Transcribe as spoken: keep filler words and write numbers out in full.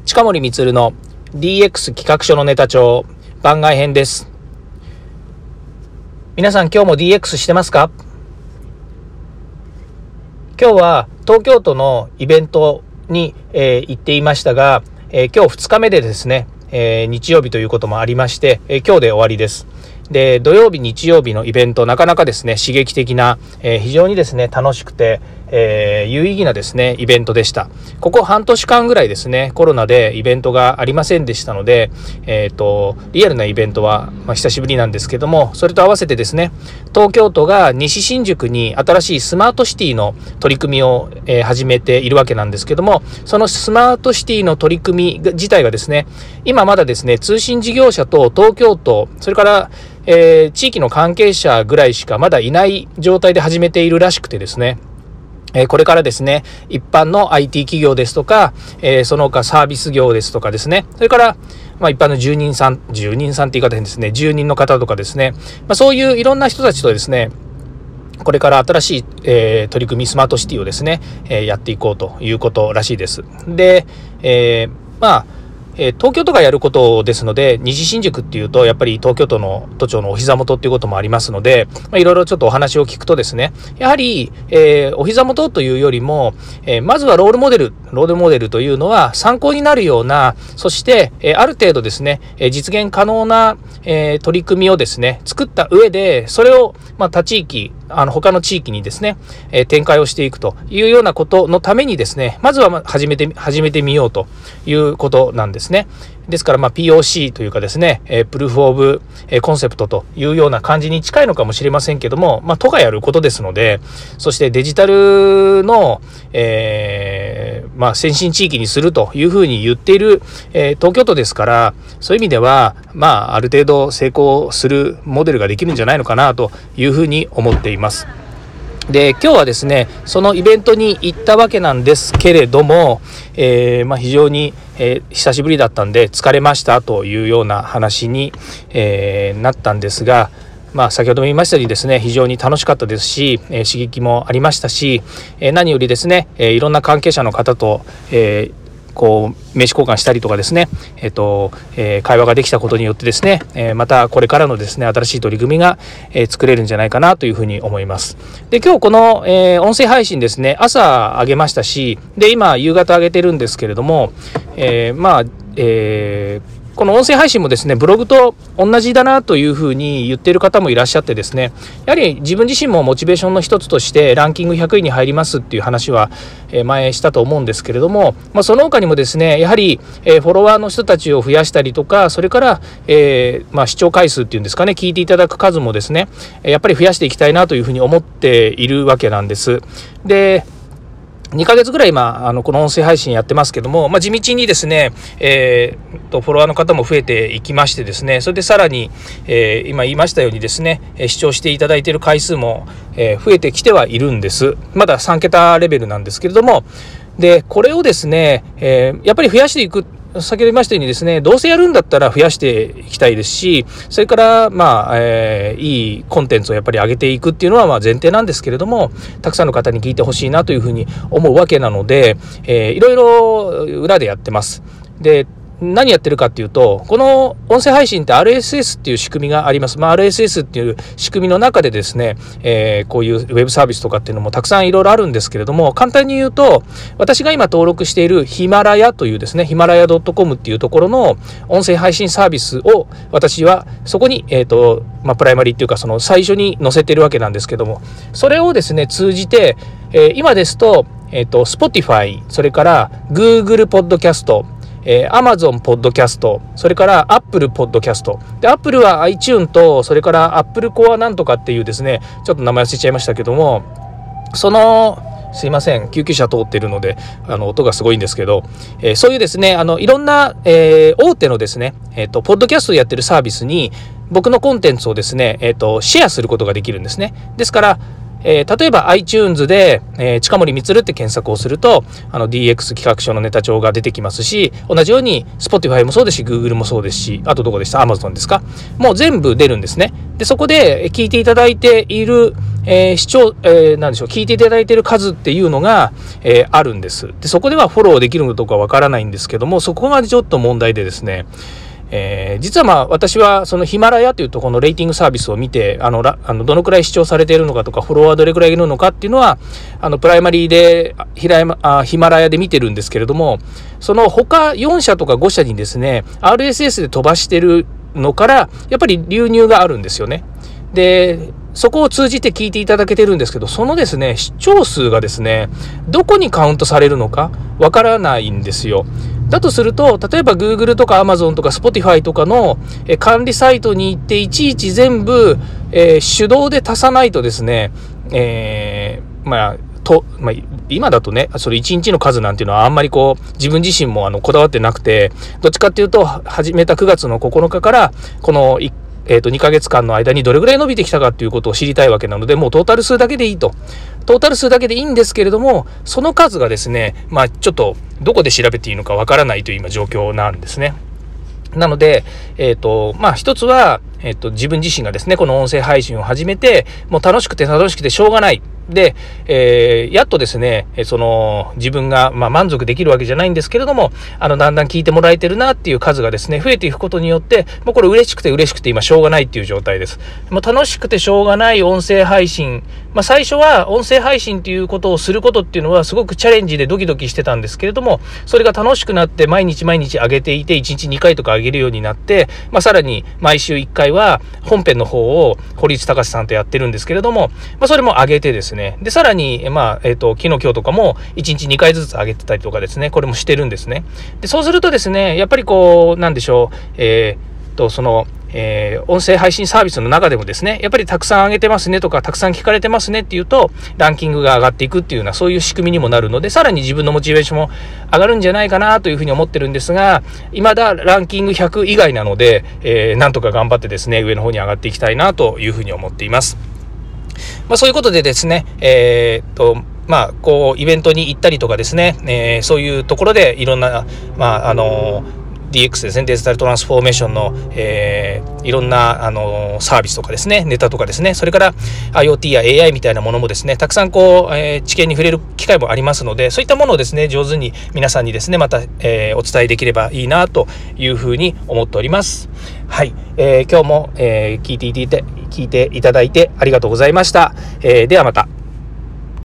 近森光の ディーエックス 企画書のネタ帳番外編です。皆さん今日も ディーエックス してますか？今日は東京都のイベントに、えー、行っていましたが、えー、今日ふつかめでですね、えー、日曜日ということもありまして、えー、今日で終わりです。で、土曜日日曜日のイベント、なかなかですね刺激的な、えー、非常にですね楽しくて、えー、有意義なですねイベントでした。ここ半年間ぐらいですねコロナでイベントがありませんでしたので、えーとリアルなイベントは、まあ、久しぶりなんですけども、それと合わせてですね東京都が西新宿に新しいスマートシティの取り組みを、えー、始めているわけなんですけども、そのスマートシティの取り組み自体がですね今まだですね通信事業者と東京都、それからえー、地域の関係者ぐらいしかまだいない状態で始めているらしくてですね、えー、これからですね一般の アイティー 企業ですとか、えー、その他サービス業ですとかですね、それから、まあ、一般の住人さん住人さんって言い方変ですね、住人の方とかですね、まあ、そういういろんな人たちとですねこれから新しい、えー、取り組みスマートシティをですね、えー、やっていこうということらしいです。で、えー、まあえー、東京都がやることですので、西新宿っていうとやっぱり東京都の都庁のお膝元っていうこともありますので、まあ、いろいろちょっとお話を聞くとですね、やはり、えー、お膝元というよりも、えー、まずはロールモデルロールモデルというのは参考になるような、そして、えー、ある程度ですね、えー、実現可能な、えー、取り組みをですね作った上で、それを、まあ、他地域あの他の地域にですね、えー、展開をしていくというようなことのためにですね、まずは始めて始めてみようということなんですね。ですから、まあ、ピーオーシー というかですね、えー、プルーフオブコンセプトというような感じに近いのかもしれませんけども、まあ、都がやることですので、そしてデジタルの、えーまあ、先進地域にするというふうに言っている、えー、東京都ですから、そういう意味では、まあ、ある程度成功するモデルができるんじゃないのかなというふうに思っています。で、今日はですねそのイベントに行ったわけなんですけれども、えーまあ、非常に、えー、久しぶりだったんで疲れましたというような話に、えー、なったんですが、まあ、先ほども言いましたようにですね非常に楽しかったですし、えー、刺激もありましたし、えー、何よりですね、えー、いろんな関係者の方と、えーこう名刺交換したりとかですね、えっとえー、会話ができたことによってですね、えー、またこれからのですね新しい取り組みが、えー、作れるんじゃないかなというふうに思います。で、今日この、えー、音声配信ですね朝上げましたし、で今夕方上げてるんですけれども、えー、まあ、えーこの音声配信もですねブログと同じだなというふうに言っている方もいらっしゃってですね、やはり自分自身もモチベーションの一つとしてランキングひゃくいに入りますっていう話は前したと思うんですけれども、まあ、その他にもですねやはりフォロワーの人たちを増やしたりとか、それから、えーまあ、視聴回数っていうんですかね、聞いていただく数もですねやっぱり増やしていきたいなというふうに思っているわけなんです。で、にかげつぐらい今あのこの音声配信やってますけども、まあ、地道にですね、えー、とフォロワーの方も増えていきましてですね、それでさらに、えー、今言いましたようにですね視聴していただいている回数も、えー、増えてきてはいるんです。まださんけたレベルなんですけれども、でこれをですね、えー、やっぱり増やしていく、先ほど言いましたようにですね、どうせやるんだったら増やしていきたいですし、それからまあ、えー、いいコンテンツをやっぱり上げていくっていうのはまあ前提なんですけれども、たくさんの方に聞いてほしいなというふうに思うわけなので、えー、いろいろ裏でやってます。で、何やってるかっていうと、この音声配信って アールエスエス っていう仕組みがあります。まあ、アールエスエス っていう仕組みの中でですね、えー、こういうウェブサービスとかっていうのもたくさんいろいろあるんですけれども、簡単に言うと、私が今登録しているヒマラヤというですね、ヒマラヤ .com っていうところの音声配信サービスを私はそこに、えっと、まあ、プライマリーっていうかその最初に載せてるわけなんですけども、それをですね、通じて、えー、今ですと、えっと、Spotify、それから Google Podcast、えー、Amazon Podcast、それから Apple Podcast で、 Apple は iTunes と、それから Apple Core なんとかっていうですね、ちょっと名前忘れちゃいましたけども、そのすいません救急車通ってるのであの音がすごいんですけど、えー、そういうですねあのいろんな、えー、大手のですね、えーと、ポッドキャストでやってるサービスに僕のコンテンツをですね、えーと、シェアすることができるんですね。ですからえー、例えば iTunes で、えー、近森光って検索をするとあの ディーエックス 企画書のネタ帳が出てきますし、同じように Spotify もそうですし Google もそうですし、あとどこでした Amazon ですか、もう全部出るんですね。でそこで聞いていただいている、 えー、視聴、えー、なんでしょう、聞いていただいている数っていうのが、えー、あるんです。で、そこではフォローできるのかわからないんですけども、そこがちょっと問題でですね、えー、実はまあ私はそのヒマラヤというとこのレーティングサービスを見て、あのあのどのくらい視聴されているのかとかフォロワーどれくらいいるのかっていうのはあのプライマリーでヒラあヒマラヤで見てるんですけれども、その他よん社とかご社にですね アールエスエス で飛ばしてるのからやっぱり流入があるんですよね。でそこを通じて聞いていただけてるんですけど、そのですね視聴数がですねどこにカウントされるのかわからないんですよ。だとすると、例えば Google とか Amazon とか Spotify とかの管理サイトに行っていちいち全部、えー、手動で足さないとですね、えー、まあとまあ、今だとねそれいちにちの数なんていうのはあんまりこう自分自身もあのこだわってなくて、どっちかっていうと始めたくがつのここのかからこのいっえー、とにかげつかんの間にどれぐらい伸びてきたかということを知りたいわけなので、もうトータル数だけでいいと。トータル数だけでいいんですけれども、その数がですね、まあちょっとどこで調べていいのかわからないという今状況なんですね。なので、えっと、まあ一つは、えっと、自分自身がですね、この音声配信を始めて、もう楽しくて楽しくてしょうがない。で、えー、やっとですね、その自分が、まあ、満足できるわけじゃないんですけれども、あのだんだん聞いてもらえてるなっていう数がですね増えていくことによって、もうこれ嬉しくて嬉しくて今しょうがないっていう状態です。もう楽しくてしょうがない音声配信、まあ、最初は音声配信っていうことをすることっていうのはすごくチャレンジでドキドキしてたんですけれども、それが楽しくなって毎日毎日上げていていちにちにかいとか上げるようになって、まあ、さらに毎週いっかいは本編の方を堀内隆さんとやってるんですけれども、まあ、それも上げてですね、でさらに、まあえー、と昨日今日とかもいちにちにかいずつ上げてたりとかですね、これもしてるんですね。でそうするとですね、やっぱりこうなんでしょう、えー、とそのえー、音声配信サービスの中でもですね、やっぱりたくさん上げてますねとかたくさん聞かれてますねっていうとランキングが上がっていくっていうようなそういう仕組みにもなるので、さらに自分のモチベーションも上がるんじゃないかなというふうに思ってるんですが、未だランキングひゃく以外なので、えー、なんとか頑張ってですね上の方に上がっていきたいなというふうに思っています。まあ、そういうことでですね、えー、っとまあこうイベントに行ったりとかですね、えー、そういうところでいろんなまああのーディーエックス ですね、デジタルトランスフォーメーションの、えー、いろんなあのサービスとかですね、ネタとかですね、それから IoT や エーアイ みたいなものもですね、たくさんこう、えー、知見に触れる機会もありますので、そういったものをですね上手に皆さんにですねまた、えー、お伝えできればいいなというふうに思っております。はい、えー、今日も、えー、聞いていて聞いていただいてありがとうございました。えー、ではまた。